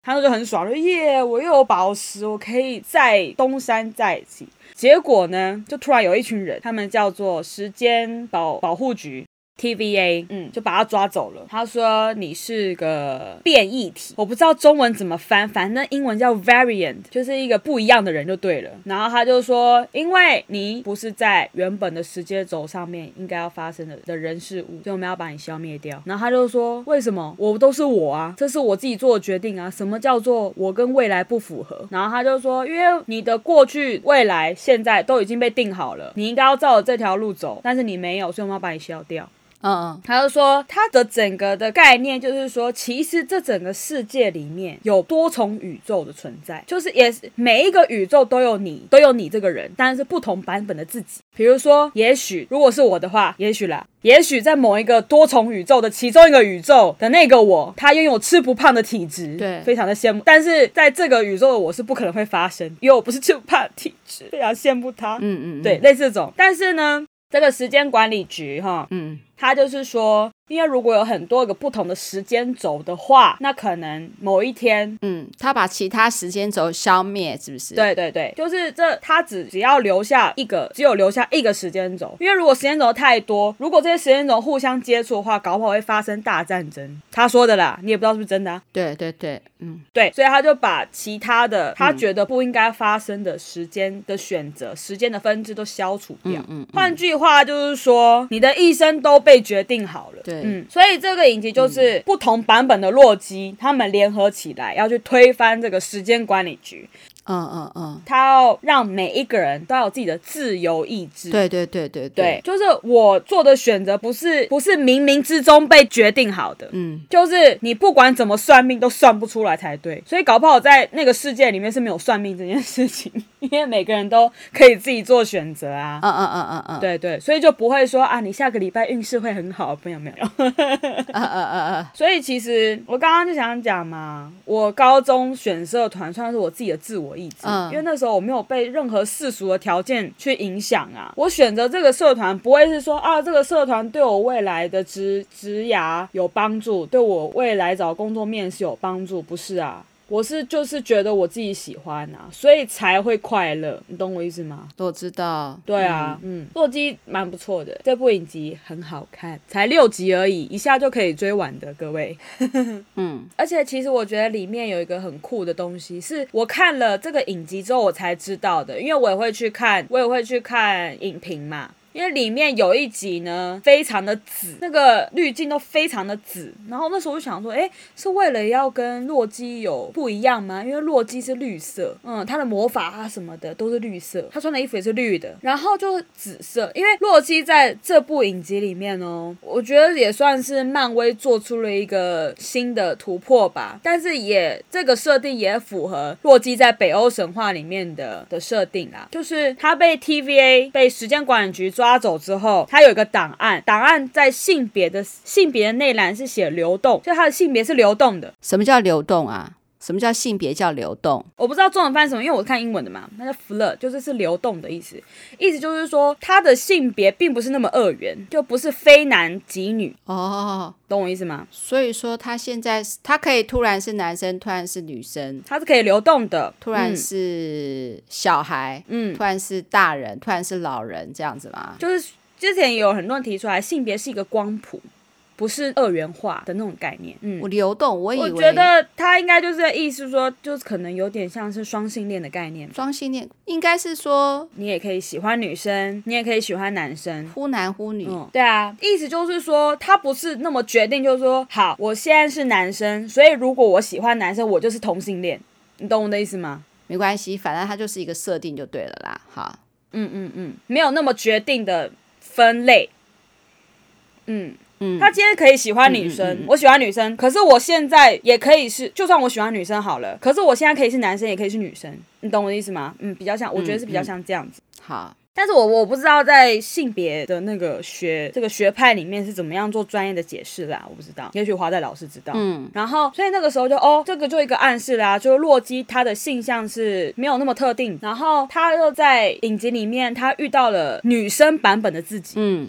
他就很爽，就耶，我又有宝石，我可以再东山再起。结果呢，就突然有一群人，他们叫做时间保保护局。T V A， 嗯，就把他抓走了。他说你是个变异体，我不知道中文怎么翻，反正英文叫 variant， 就是一个不一样的人就对了。然后他就说，因为你不是在原本的时间轴上面应该要发生的的人事物，所以我们要把你消灭掉。然后他就说，为什么？我都是我啊，这是我自己做的决定啊。什么叫做我跟未来不符合？然后他就说，因为你的过去、未来、现在都已经被定好了，你应该要照着这条路走，但是你没有，所以我们要把你消掉。 嗯嗯， 他就说他的整个的概念就是说，其实这整个世界里面有多重宇宙的存在，就是也是每一个宇宙都有你，都有你这个人，但是不同版本的自己。比如说，也许如果是我的话，也许啦，也许在某一个多重宇宙的其中一个宇宙的那个我，他拥有吃不胖的体质， 对， 非常的羡慕。但是在这个宇宙的我是不可能会发生，因为我不是吃不胖的体质，非常羡慕他。 嗯嗯嗯， 对，类似这种。但是呢，这个时间管理局哈， 嗯。 他就是说，因为如果有很多个不同的时间轴的话，那可能某一天， 嗯，他把其他时间轴消灭，是不是？ 对对对，就是这，他只只要留下一个，只有留下一个时间轴。因为如果时间轴太多，如果这些时间轴互相接触的话，搞不好会发生大战争。他说的啦，你也不知道是不是真的啊。 对对对，嗯， 对，所以他就把其他的他觉得不应该发生的时间的选择、嗯、时间的分支都消除掉。嗯嗯嗯，换句话就是说，你的一生都被决定好了。 对， 嗯，所以这个影集就是不同版本的洛基，他们联合起来要去推翻这个时间管理局。 嗯嗯嗯， 他要让每一个人都要有自己的自由意志。 对对对对对, 对，就是我做的选择不是不是冥冥之中被决定好的，嗯，就是你不管怎么算命都算不出来才对。所以搞不好在那个世界里面是没有算命这件事情，因为每个人都可以自己做选择啊。 嗯嗯嗯嗯嗯， 对对，所以就不会说啊，你下个礼拜运势会很好，没有没有。嗯嗯嗯嗯， 所以其实我刚刚就想讲嘛，我高中选社团算是我自己的自我意志，嗯，因为那时候我没有被任何世俗的条件去影响啊。我选择这个社团不会是说啊，这个社团对我未来的职职涯有帮助，对我未来找工作面试有帮助，不是啊。我是就是觉得我自己喜欢啊，所以才会快乐，你懂我意思吗？ 我知道。 对啊，嗯，洛基蛮不错的，这部影集很好看，才六集而已，一下就可以追完的，各位。嗯，而且其实我觉得里面有一个很酷的东西，是我看了这个影集之后我才知道的，因为我也会去看，我也会去看影评嘛。因为里面有一集呢非常的紫，那个滤镜都非常的紫，然后那时候我就想说，哎，是为了要跟洛基有不一样吗？因为洛基是绿色，嗯，他的魔法啊什么的都是绿色，他穿的衣服也是绿的，然后就是紫色。因为洛基在这部影集里面哦，我觉得也算是漫威做出了一个新的突破吧，但是也这个设定也符合洛基在北欧神话里面的的设定啦，就是他被 T V A 被时间管理局抓抓走之后，他有一个档案，档案在性别的性别的内栏是写流动，就他的性别是流动的。 什么叫流动啊？什么叫性别叫流动？ 我不知道中文翻什么，因为我看英文的嘛，那叫 flirt， 就是是流动的意思。意思就是说，他的性别并不是那么二元，就不是非男即女。哦，懂我意思吗？ 所以说，他现在他可以突然是男生，突然是女生， 他是可以流动的， 突然是小孩，嗯，突然是大人，突然是老人，这样子吗？ 就是之前有很多人提出来，性别是一个光谱。不是二元化的那种概念。嗯， 我流动，我以为我觉得他应该就是在意思说，就是可能有点像是双性恋的概念。 双性恋应该是说， 你也可以喜欢女生，你也可以喜欢男生， 忽男忽女。 嗯，对啊，意思就是说，他不是那么决定，就是说，好，我现在是男生，所以如果我喜欢男生，我就是同性恋。你懂我的意思吗？ 没关系，反正它就是一个设定就对了啦。好， 嗯嗯嗯，没有那么决定的分类。嗯。嗯，他今天可以喜欢女生，嗯嗯嗯，我喜欢女生，可是我现在也可以是，就算我喜欢女生好了，可是我现在可以是男生，也可以是女生，你懂我的意思吗？嗯，比较像，我觉得是比较像这样子。 嗯嗯，好， 但是我我不知道在性别的那个学这个学派里面是怎么样做专业的解释啦，我不知道，也许华仔老师知道。嗯，然后所以那个时候就哦，这个就一个暗示啦，就是洛基他的性向是没有那么特定，然后他又在影集里面他遇到了女生版本的自己。嗯。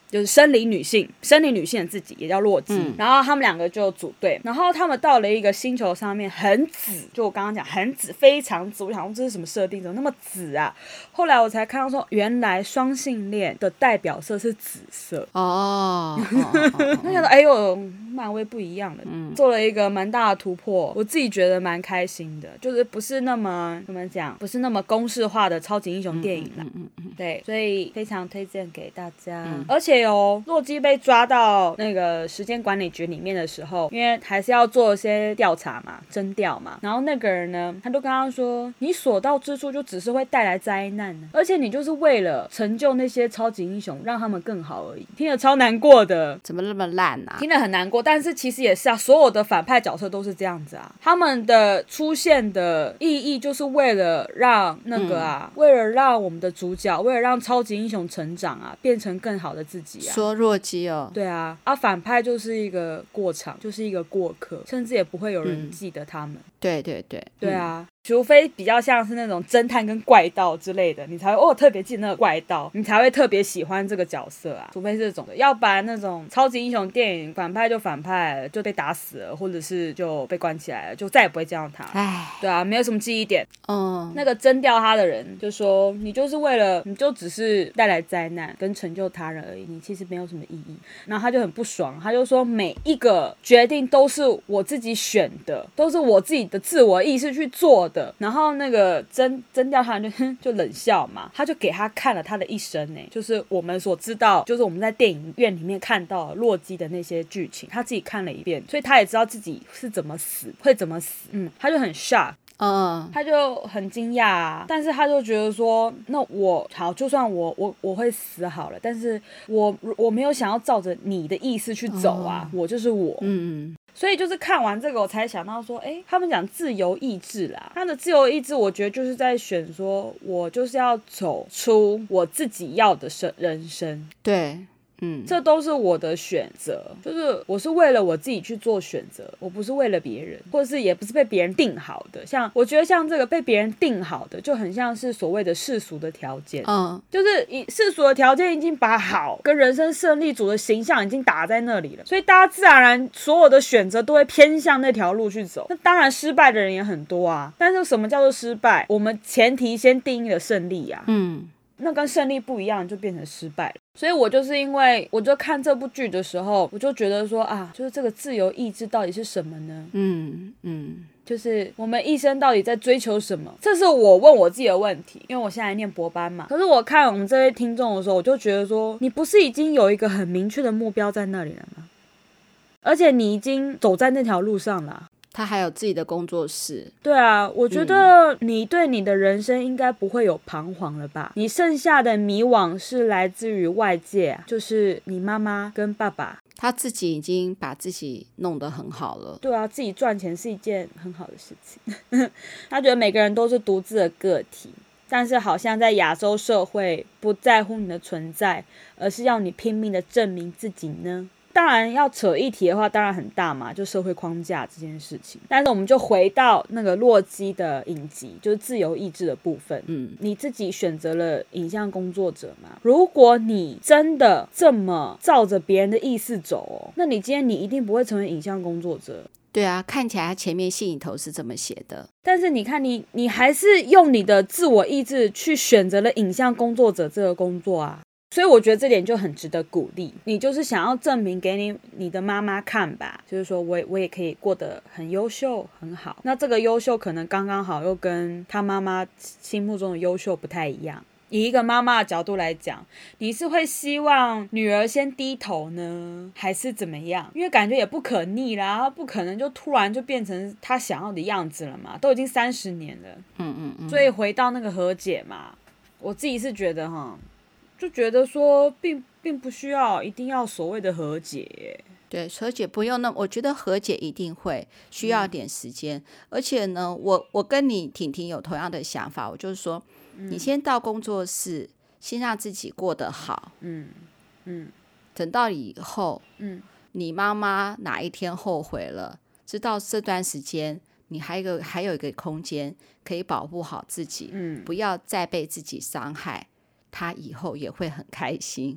就是生理女性，生理女性的自己也叫洛基、嗯、然后他们两个就组队，然后他们到了一个星球上面，很紫，就我刚刚讲很紫，非常紫，我想说这是什么设定，怎么那么紫啊？后来我才看到说，原来双性恋的代表色是紫色哦。我想说，哎呦，漫威不一样了、嗯，做了一个蛮大的突破，我自己觉得蛮开心的，就是不是那么怎么讲，不是那么公式化的超级英雄电影啦。嗯嗯嗯嗯、对，所以非常推荐给大家。嗯、而且哦，洛基被抓到那个时间管理局里面的时候，因为还是要做一些调查嘛，侦调嘛，然后那个人呢，他就跟他说，你所到之处就只是会带来灾难呢，而且你就是为了成就那些超级英雄，让他们更好而已。听得超难过的， 怎么那么烂啊？ 听得很难过，但是其实也是啊，所有的反派角色都是这样子啊，他们的出现的意义就是为了让那个啊、嗯，为了让我们的主角，为了让超级英雄成长啊，变成更好的自己啊。 说洛基哦， 对啊，啊反派就是一个过场，就是一个过客，甚至也不会有人记得他们。嗯、 对对对， 对啊。嗯，除非比较像是那种侦探跟怪盗之类的，你才会哦特别记得那个怪盗，你才会特别喜欢这个角色啊。除非是这种的，要不然那种超级英雄电影反派就反派就被打死了，或者是就被关起来了，就再也不会见到他。唉，对啊，没有什么记忆点。嗯，那个征调他的人就说，你就是为了，你就只是带来灾难跟成就他人而已，你其实没有什么意义。然后他就很不爽，他就说每一个决定都是我自己选的，都是我自己的自我意识去做的。然后那个征征调他人就就冷笑嘛，他就给他看了他的一生呢，就是我们所知道，就是我们在电影院里面看到洛基的那些剧情，他自己看了一遍，所以他也知道自己是怎么死，会怎么死。嗯，他就很 shock。嗯，他就很惊讶啊，但是他就觉得说，那我好，就算我我我会死好了，但是我我没有想要照着你的意思去走啊，哦、我就是我，嗯嗯。所以就是看完这个，我才想到说，哎，他们讲自由意志啦，他的自由意志，我觉得就是在选说，我就是要走出我自己要的生人生， 对。嗯， 这都是我的选择，就是我是为了我自己去做选择，我不是为了别人，或者是也不是被别人定好的。像我觉得像这个被别人定好的，就很像是所谓的世俗的条件，嗯，就是以世俗的条件已经把好跟人生胜利组的形象已经打在那里了，所以大家自然而然所有的选择都会偏向那条路去走。那当然失败的人也很多啊，但是什么叫做失败？我们前提先定义了胜利啊，嗯。那跟胜利不一样，就变成失败了。所以我就是因为我就看这部剧的时候，我就觉得说啊，就是这个自由意志到底是什么呢？嗯嗯，就是我们一生到底在追求什么？这是我问我自己的问题，因为我现在念博班嘛。可是我看我们这位听众的时候，我就觉得说，你不是已经有一个很明确的目标在那里了吗？而且你已经走在那条路上了。 他还有自己的工作室。 对啊，我觉得你对你的人生应该不会有彷徨了吧？你剩下的迷惘是来自于外界啊，就是你妈妈跟爸爸。 他自己已经把自己弄得很好了。 对啊，自己赚钱是一件很好的事情。他觉得每个人都是独自的个体，但是好像在亚洲社会不在乎你的存在，而是要你拼命的证明自己呢。当然要扯一题的话当然很大嘛，就社会框架这件事情。但是我们就回到那个洛基的影集，就是自由意志的部分。嗯，你自己选择了影像工作者嘛？如果你真的这么照着别人的意思走哦，那你今天你一定不会成为影像工作者。 对啊，看起来他前面信里头是这么写的， 但是你看你你还是用你的自我意志去选择了影像工作者这个工作啊。所以我觉得这点就很值得鼓励，你就是想要证明给你你的妈妈看吧，就是说我我也可以过得很优秀很好。那这个优秀可能刚刚好又跟他妈妈心目中的优秀不太一样。以一个妈妈的角度来讲，你是会希望女儿先低头呢，还是怎么样？因为感觉也不可逆啦，不可能就突然就变成她想要的样子了嘛，都已经三十年了。嗯嗯嗯。所以回到那个和解嘛，我自己是觉得哈。就觉得说并并不需要一定要所谓的和解。 对，和解不用那，我觉得和解一定会需要点时间。嗯、而且呢，我我跟你婷婷有同样的想法，我就是说，嗯、你先到工作室，先让自己过得好。嗯嗯，等到以后，嗯，你妈妈哪一天后悔了，知道这段时间你还有一个还有一个空间可以保护好自己，嗯，不要再被自己伤害。他以后也会很开心。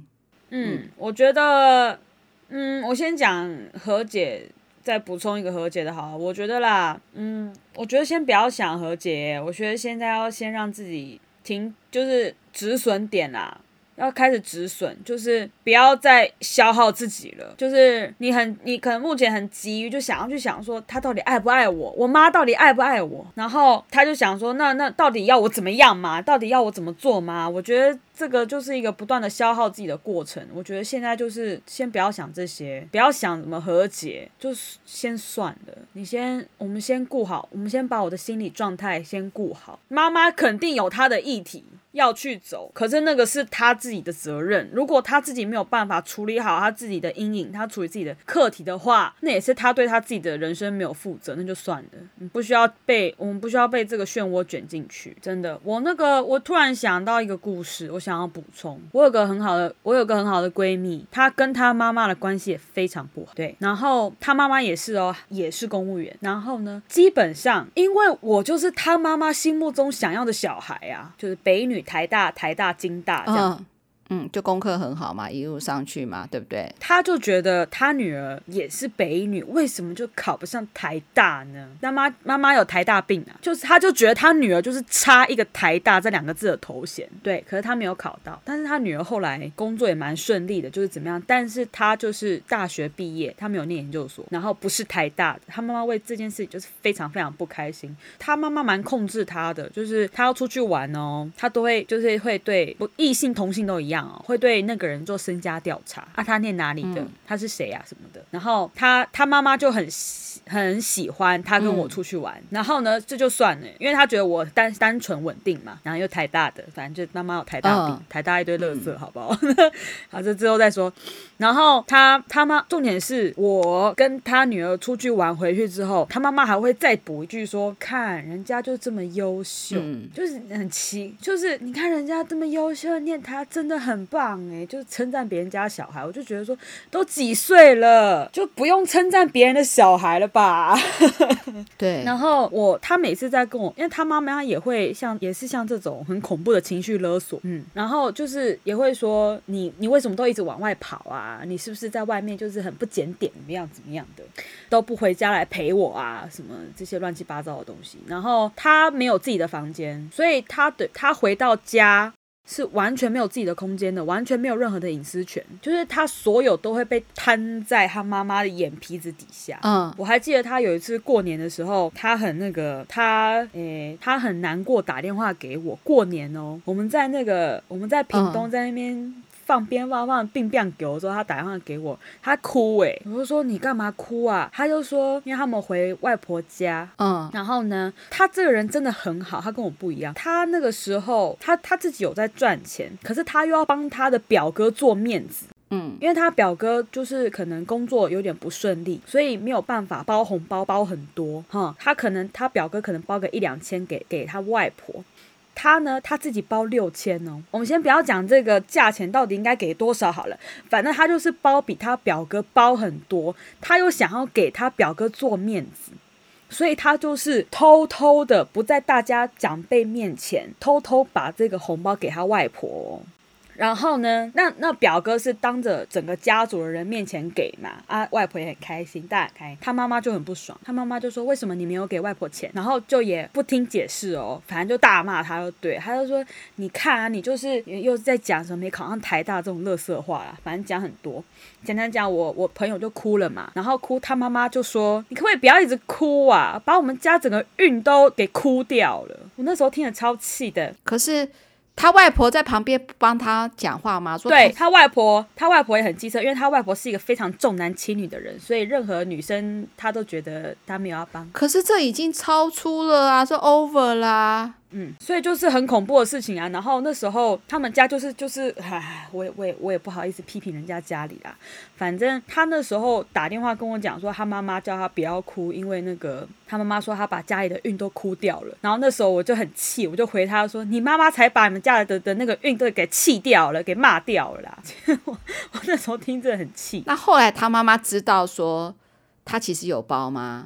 嗯，嗯我觉得，嗯，我先讲和解，再补充一个和解的好了。我觉得啦，嗯，我觉得先不要想和解，我觉得现在要先让自己停，就是止损点啦。要开始止损，就是不要再消耗自己了。就是你很，你可能目前很急于就想要去想说，他到底爱不爱我？我妈到底爱不爱我？然后他就想说，那那到底要我怎么样嘛？到底要我怎么做嘛？我觉得这个就是一个不断的消耗自己的过程。我觉得现在就是先不要想这些，不要想怎么和解，就是先算了。你先，我们先顾好，我们先把我的心理状态先顾好。妈妈肯定有她的议题要去走，可是那个是他自己的责任。如果他自己没有办法处理好他自己的阴影，他处理自己的课题的话，那也是他对他自己的人生没有负责，那就算了。你不需要被我们不需要被这个漩涡卷进去。真的，我那个我突然想到一个故事，我想要补充。我有个很好的，我有个很好的闺蜜，她跟她妈妈的关系也非常不好。对，然后她妈妈也是哦，也是公务员。然后呢，基本上因为我就是她妈妈心目中想要的小孩啊，就是北女。台大、台大、经大这样。 嗯嗯，就功课很好嘛，一路上去嘛，对不对？ 他就觉得他女儿也是北女，为什么就考不上台大呢？他妈妈妈有台大病啊，就是他就觉得他女儿就是差一个台大这两个字的头衔，对，可是他没有考到，但是他女儿后来工作也蛮顺利的，就是怎么样？但是他就是大学毕业，他没有念研究所，然后不是台大的，他妈妈为这件事情就是非常非常不开心。他妈妈蛮控制他的，就是他要出去玩哦，他都会就是会对异性同性都一样。会对那个人做身家调查啊，他念哪里的、嗯、他是谁啊什么的，然后他他妈妈就很很喜欢他跟我出去玩、嗯、然后呢这就算了，因为他觉得我单单纯稳定嘛，然后又台大的，反正就他妈有台大病、嗯、台大一堆垃圾、嗯、好不好好，这之后再说。然后他他妈重点是我跟他女儿出去玩回去之后，他妈妈还会再补一句说，看人家就这么优秀、嗯、就是很奇，就是你看人家这么优秀，念他真的很很棒哎，就是称赞别人家小孩，我就觉得说都几岁了，就不用称赞别人的小孩了吧？ 对。 然后我他每次在跟我，因为他妈妈也会像也是像这种很恐怖的情绪勒索，嗯，然后就是也会说你你为什么都一直往外跑啊？你是不是在外面就是很不检点，怎么样怎么样的，都不回家来陪我啊？什么这些乱七八糟的东西。然后他没有自己的房间，所以他的他回到家。是完全没有自己的空间的，完全没有任何的隐私权，就是他所有都会被摊在他妈妈的眼皮子底下。嗯，我还记得他有一次过年的时候，他很那个，他诶，他很难过，打电话给我。过年哦，我们在那个我们在屏东在那边。嗯放鞭炮放病病给我之后，他打电话给我，他哭哎、欸，我就说你干嘛哭啊？他就说因为他们回外婆家，嗯，然后呢，他这个人真的很好，他跟我不一样，他那个时候他他自己有在赚钱，可是他又要帮他的表哥做面子。嗯，因为他表哥就是可能工作有点不顺利，所以没有办法包红包包很多哈。他可能他表哥可能包个一两千给给他外婆。他呢，他自己包六千哦。我们先不要讲这个价钱到底应该给多少好了，反正他就是包比他表哥包很多，他又想要给他表哥做面子，所以他就是偷偷的不在大家长辈面前偷偷把这个红包给他外婆哦。然后呢，那那表哥是当着整个家族的人面前给嘛，啊，外婆也很开心，大家很开心，他妈妈就很不爽，他妈妈就说为什么你没有给外婆钱，然后就也不听解释哦，反正就大骂他，就对，他就说你看啊，你就是又在讲什么没考上台大这种垃圾话啦，反正讲很多，简单讲，我我朋友就哭了嘛，然后哭，他妈妈就说你可不可以不要一直哭啊，把我们家整个运都给哭掉了，我那时候听得超气的， 可是。他外婆在旁边帮他讲话吗？说对，他外婆，他外婆也很机车，因为他外婆是一个非常重男轻女的人，所以任何女生他都觉得他没有要帮。 可是这已经超出了啊，这 over 啦。 嗯，所以就是很恐怖的事情啊。然后那时候他们家就是就是，唉，我也我也我也不好意思批评人家家里啦。反正他那时候打电话跟我讲说，他妈妈叫他不要哭，因为那个他妈妈说他把家里的运都哭掉了。然后那时候我就很气，我就回他说，你妈妈才把你们家的的那个运都给气掉了，给骂掉了啦。我, 我那时候听着很气。 那后来他妈妈知道说他其实有包吗？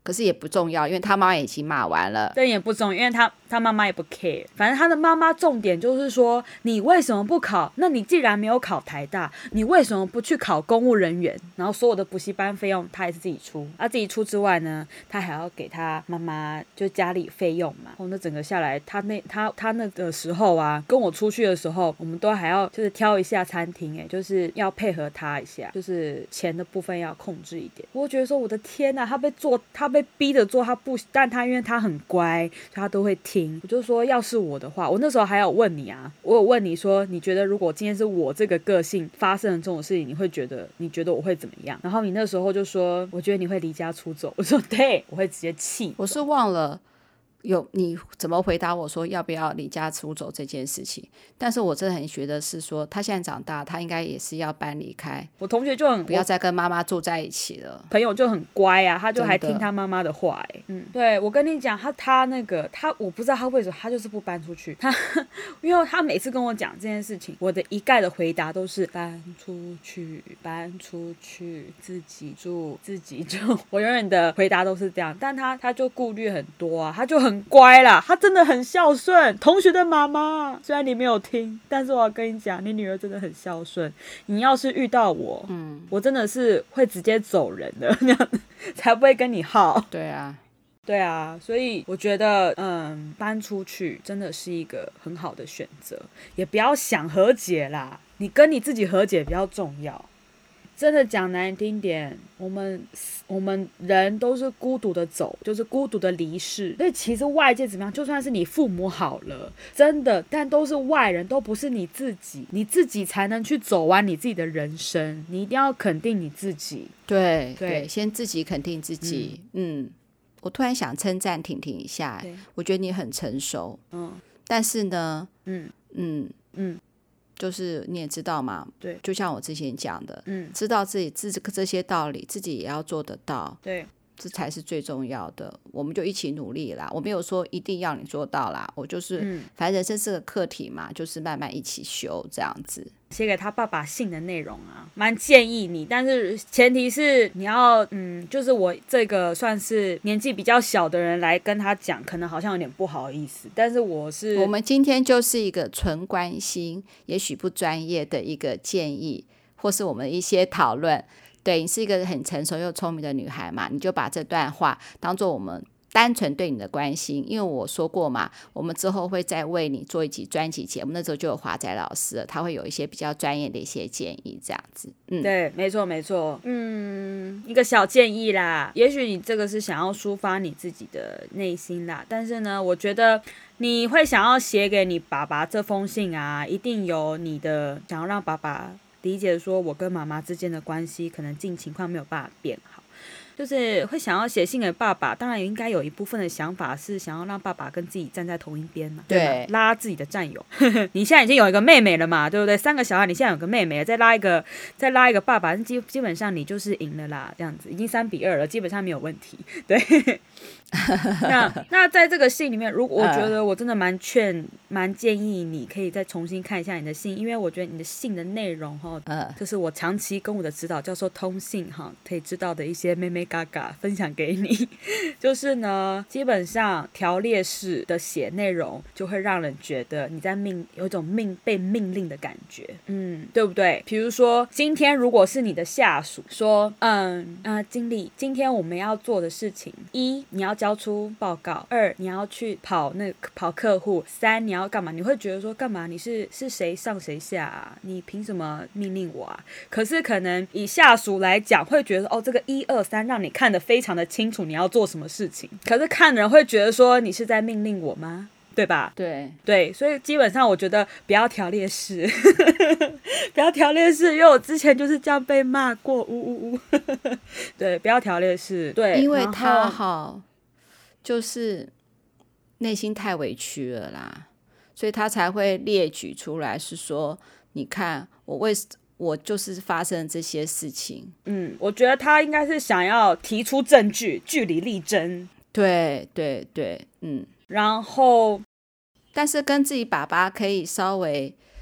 可是也不重要，因为他妈妈已经骂完了。 这也不重要，因为他他妈妈也不 care。反正他的妈妈重点就是说，你为什么不考？那你既然没有考台大，你为什么不去考公务人员？然后所有的补习班费用他也是自己出，他、啊、自己出之外呢，他还要给他妈妈就家里费用嘛。哦，那整个下来，他那他他那个时候啊，跟我出去的时候，我们都还要就是挑一下餐厅，哎，就是要配合他一下，就是钱的部分要控制一点。我觉得说，我的天哪，他被做，他被逼着做，他不，但他因为他很乖，所以他都会听。我就说，要是我的话，我那时候还有问你啊，我有问你说，你觉得如果今天是我这个个性发生了这种事情，你会觉得，你觉得我会怎么样？然后你那时候就说，我觉得你会离家出走。我说对，我会直接气。 我是忘了有你怎么回答我说要不要离家出走这件事情，但是我真的很觉得是说他现在长大，他应该也是要搬离开。 我同学就很不要再跟妈妈住在一起了， 朋友就很乖啊，他就还听他妈妈的话、欸、嗯，对，我跟你讲，他他那个他我不知道他为什么他就是不搬出去，他因为他每次跟我讲这件事情，我的一概的回答都是搬出去搬出去自己住自己住，我永远的回答都是这样，但他他就顾虑很多啊，他就很乖啦，他真的很孝顺，同学的妈妈，虽然你没有听，但是我要跟你讲，你女儿真的很孝顺，你要是遇到我，嗯，我真的是会直接走人的，那样才不会跟你耗。 对啊， 对啊，所以我觉得，嗯，搬出去真的是一个很好的选择，也不要想和解啦，你跟你自己和解比较重要。真的讲难听点，我们我们人都是孤独的走，就是孤独的离世。所以其实外界怎么样，就算是你父母好了，真的，但都是外人，都不是你自己。你自己才能去走完你自己的人生，你一定要肯定你自己。 对 对, 对，先自己肯定自己。嗯，嗯我突然想称赞婷婷一下，我觉得你很成熟。嗯，但是呢，嗯嗯嗯。就是你也知道嘛， 对， 就像我之前讲的， 嗯， 知道自己自这些道理，自己也要做得到， 对， 这才是最重要的。我们就一起努力啦，我没有说一定要你做到啦，我就是，嗯、反正人生是个课题嘛，就是慢慢一起修这样子。 写给他爸爸信的内容啊，蛮建议你，但是前提是你要，嗯，就是我这个算是年纪比较小的人来跟他讲，可能好像有点不好意思，但是我是我们今天就是一个纯关心，也许不专业的一个建议，或是我们一些讨论。对，你是一个很成熟又聪明的女孩嘛，你就把这段话当做我们单纯对你的关心，因为我说过嘛，我们之后会再为你做一集专辑节目，那时候就有华仔老师了，他会有一些比较专业的一些建议这样子。嗯， 对，没错没错。嗯，一个小建议啦，也许你这个是想要抒发你自己的内心啦，但是呢，我觉得你会想要写给你爸爸这封信啊，一定有你的想要让爸爸理解说我跟妈妈之间的关系可能近情况没有办法变好，就是会想要写信给爸爸，当然也应该有一部分的想法是想要让爸爸跟自己站在同一边嘛， 对, 对拉自己的战友你现在已经有一个妹妹了嘛，对不对？三个小孩，你现在有个妹妹，再拉一个再拉一个爸爸，基基本上你就是赢了啦，这样子已经三比二了，基本上没有问题。对那那在这个信里面，如果我觉得我真的蛮劝蛮建议你可以再重新看一下你的信，因为我觉得你的信的内容哈，就是我长期跟我的指导教授通信哈，可以知道的一些妹妹嘎嘎分享给你。就是呢，基本上条列式的写内容就会让人觉得你在命有一种命被命令的感觉，嗯，对不对？比如说今天如果是你的下属说，嗯呃，经理，今天我们要做的事情，一你要交出报告，二你要去跑那跑客户，三你要干嘛？你会觉得说干嘛？你是是谁上谁下啊？你凭什么命令我啊？可是可能以下属来讲，会觉得哦，这个一二三让你看得非常的清楚，你要做什么事情。可是看人会觉得说，你是在命令我吗？对吧？ 对对，所以基本上我觉得不要条列式不要条列式，因为我之前就是这样被骂过，呜呜呜对，不要条列式，对， 因为他好就是内心太委屈了啦，所以他才会列举出来，是说你看我为我就是发生这些事情。 嗯，我觉得他应该是想要提出证据，据理力争。 对对对，嗯。 然后但是跟自己爸爸可以稍微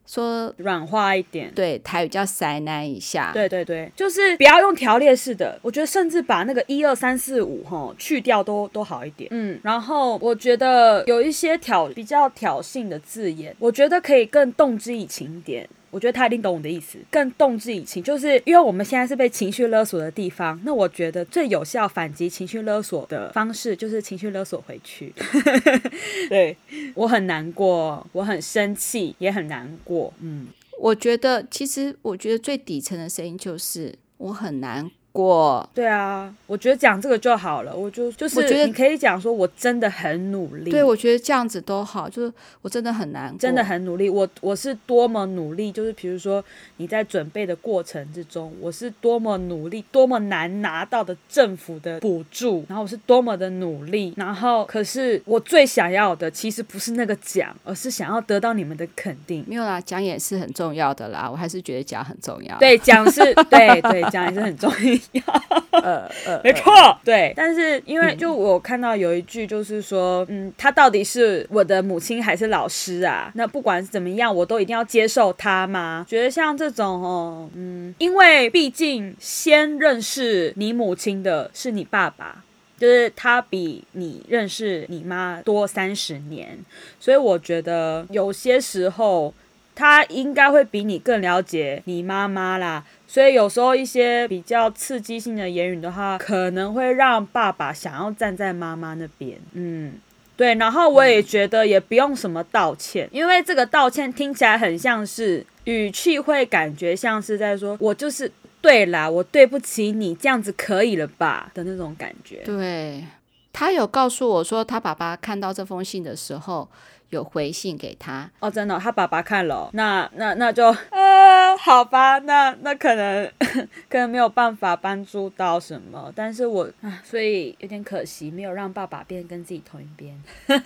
说软化一点， 对，台语叫塞奶一下， 对对对，就是不要用条列式的，我觉得甚至把那个一二三四五齁去掉都都好一点。嗯，然后我觉得有一些挑比较挑衅的字眼，我觉得可以更动之以情一点。我觉得他一定懂我的意思，更动之以情，就是因为我们现在是被情绪勒索的地方，那我觉得最有效反击情绪勒索的方式就是情绪勒索回去。对，我很难过，我很生气，也很难过。嗯， 我觉得其实我觉得最底层的声音就是我很难过。 对啊，我觉得讲这个就好了，我就就是我觉得你可以讲说我真的很努力。 对，我觉得这样子都好，就是我真的很难过， 真的很努力，我我是多么努力，就是比如说你在准备的过程之中，我是多么努力，多么难拿到的政府的补助，然后我是多么的努力，然后可是我最想要的其实不是那个奖，而是想要得到你们的肯定。 没有啦，奖也是很重要的啦，我还是觉得奖很重要。 对，奖是对对，奖也是很重要。呃呃，没错，对。但是因为就我看到有一句就是说，嗯，他到底是我的母亲还是老师啊？那不管是怎么样，我都一定要接受他吗？觉得像这种哦，嗯，因为毕竟先认识你母亲的是你爸爸。就是他比你认识你妈多三十年，所以我觉得有些时候他应该会比你更了解你妈妈啦。所以有时候一些比较刺激性的言语的话，可能会让爸爸想要站在妈妈那边。嗯，对。然后我也觉得也不用什么道歉，因为这个道歉听起来很像是语气会感觉像是在说我就是对啦，我对不起你，这样子可以了吧的那种感觉。 对，他有告诉我说他爸爸看到这封信的时候有回信给他。 哦，真的、哦、他爸爸看了、哦、那那那就呃好吧，那那可能可能没有办法帮助到什么，但是我啊，所以有点可惜没有让爸爸变跟自己同一边。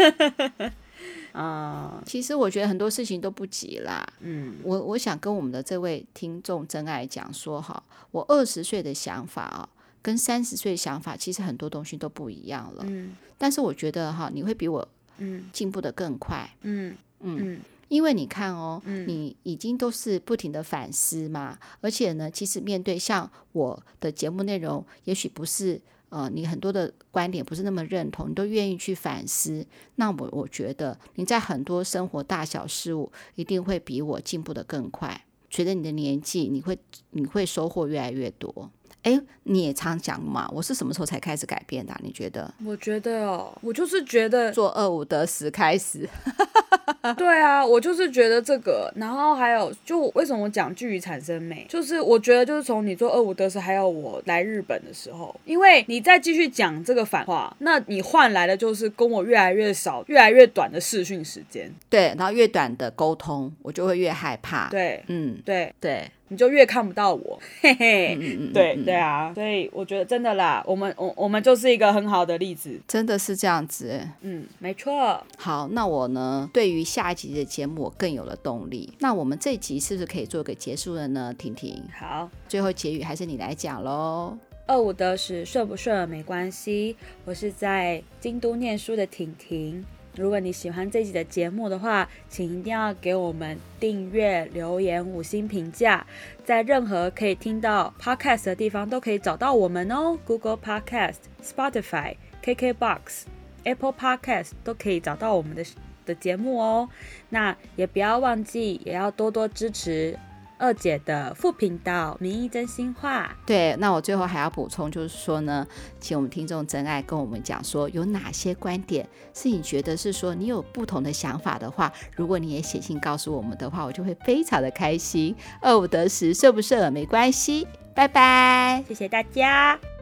啊、其实我觉得很多事情都不急啦。嗯，我我想跟我们的这位听众真爱讲说哈，我二十岁的想法啊、哦，跟三十岁的想法其实很多东西都不一样了。嗯，但是我觉得哈，你会比我嗯进步得更快。嗯 嗯, 嗯因为你看哦、嗯，你已经都是不停的反思嘛，而且呢，其实面对像我的节目内容，也许不是。呃，你很多的观点不是那么认同，你都愿意去反思，那我我觉得你在很多生活大小事物一定会比我进步得更快。随着你的年纪，你会你会收获越来越多。哎，你也常讲嘛，我是什么时候才开始改变的、啊？你觉得？ 我觉得哦，我就是觉得做二五得十开始。 对啊，我就是觉得这个，然后还有就为什么我讲具于产生美，就是我觉得就是从你做二五得十，还有我来日本的时候，因为你再继续讲这个反话，那你换来的就是跟我越来越少、越来越短的视讯时间。 对，然后越短的沟通，我就会越害怕。 对， 嗯， 对对。 你就越看不到我，嘿嘿， 嗯嗯嗯对对啊，所以我觉得真的啦，我们我我们就是一个很好的例子， 真的是这样子， 嗯，没错。 好，那我呢，对于下一集的节目我更有了动力。那我们这一集是不是可以做个结束了呢？婷婷， 好， 最后结语还是你来讲咯。 二五得十，顺不顺没关系。我是在京都念书的婷婷。如果你喜欢这集的节目的话，请一定要给我们订阅、留言、五星评价，在任何可以听到 podcast 的地方都可以找到我们哦。Google Podcast、Spotify、K K Box、Apple Podcast 都可以找到我们的的节目哦。那也不要忘记，也要多多支持二姐的副频道民意真心话。 对，那我最后还要补充就是说呢，请我们听众真爱跟我们讲说有哪些观点是你觉得是说你有不同的想法的话，如果你也写信告诉我们的话，我就会非常的开心。二五得十，顺不顺耳没关系。拜拜， 谢谢大家。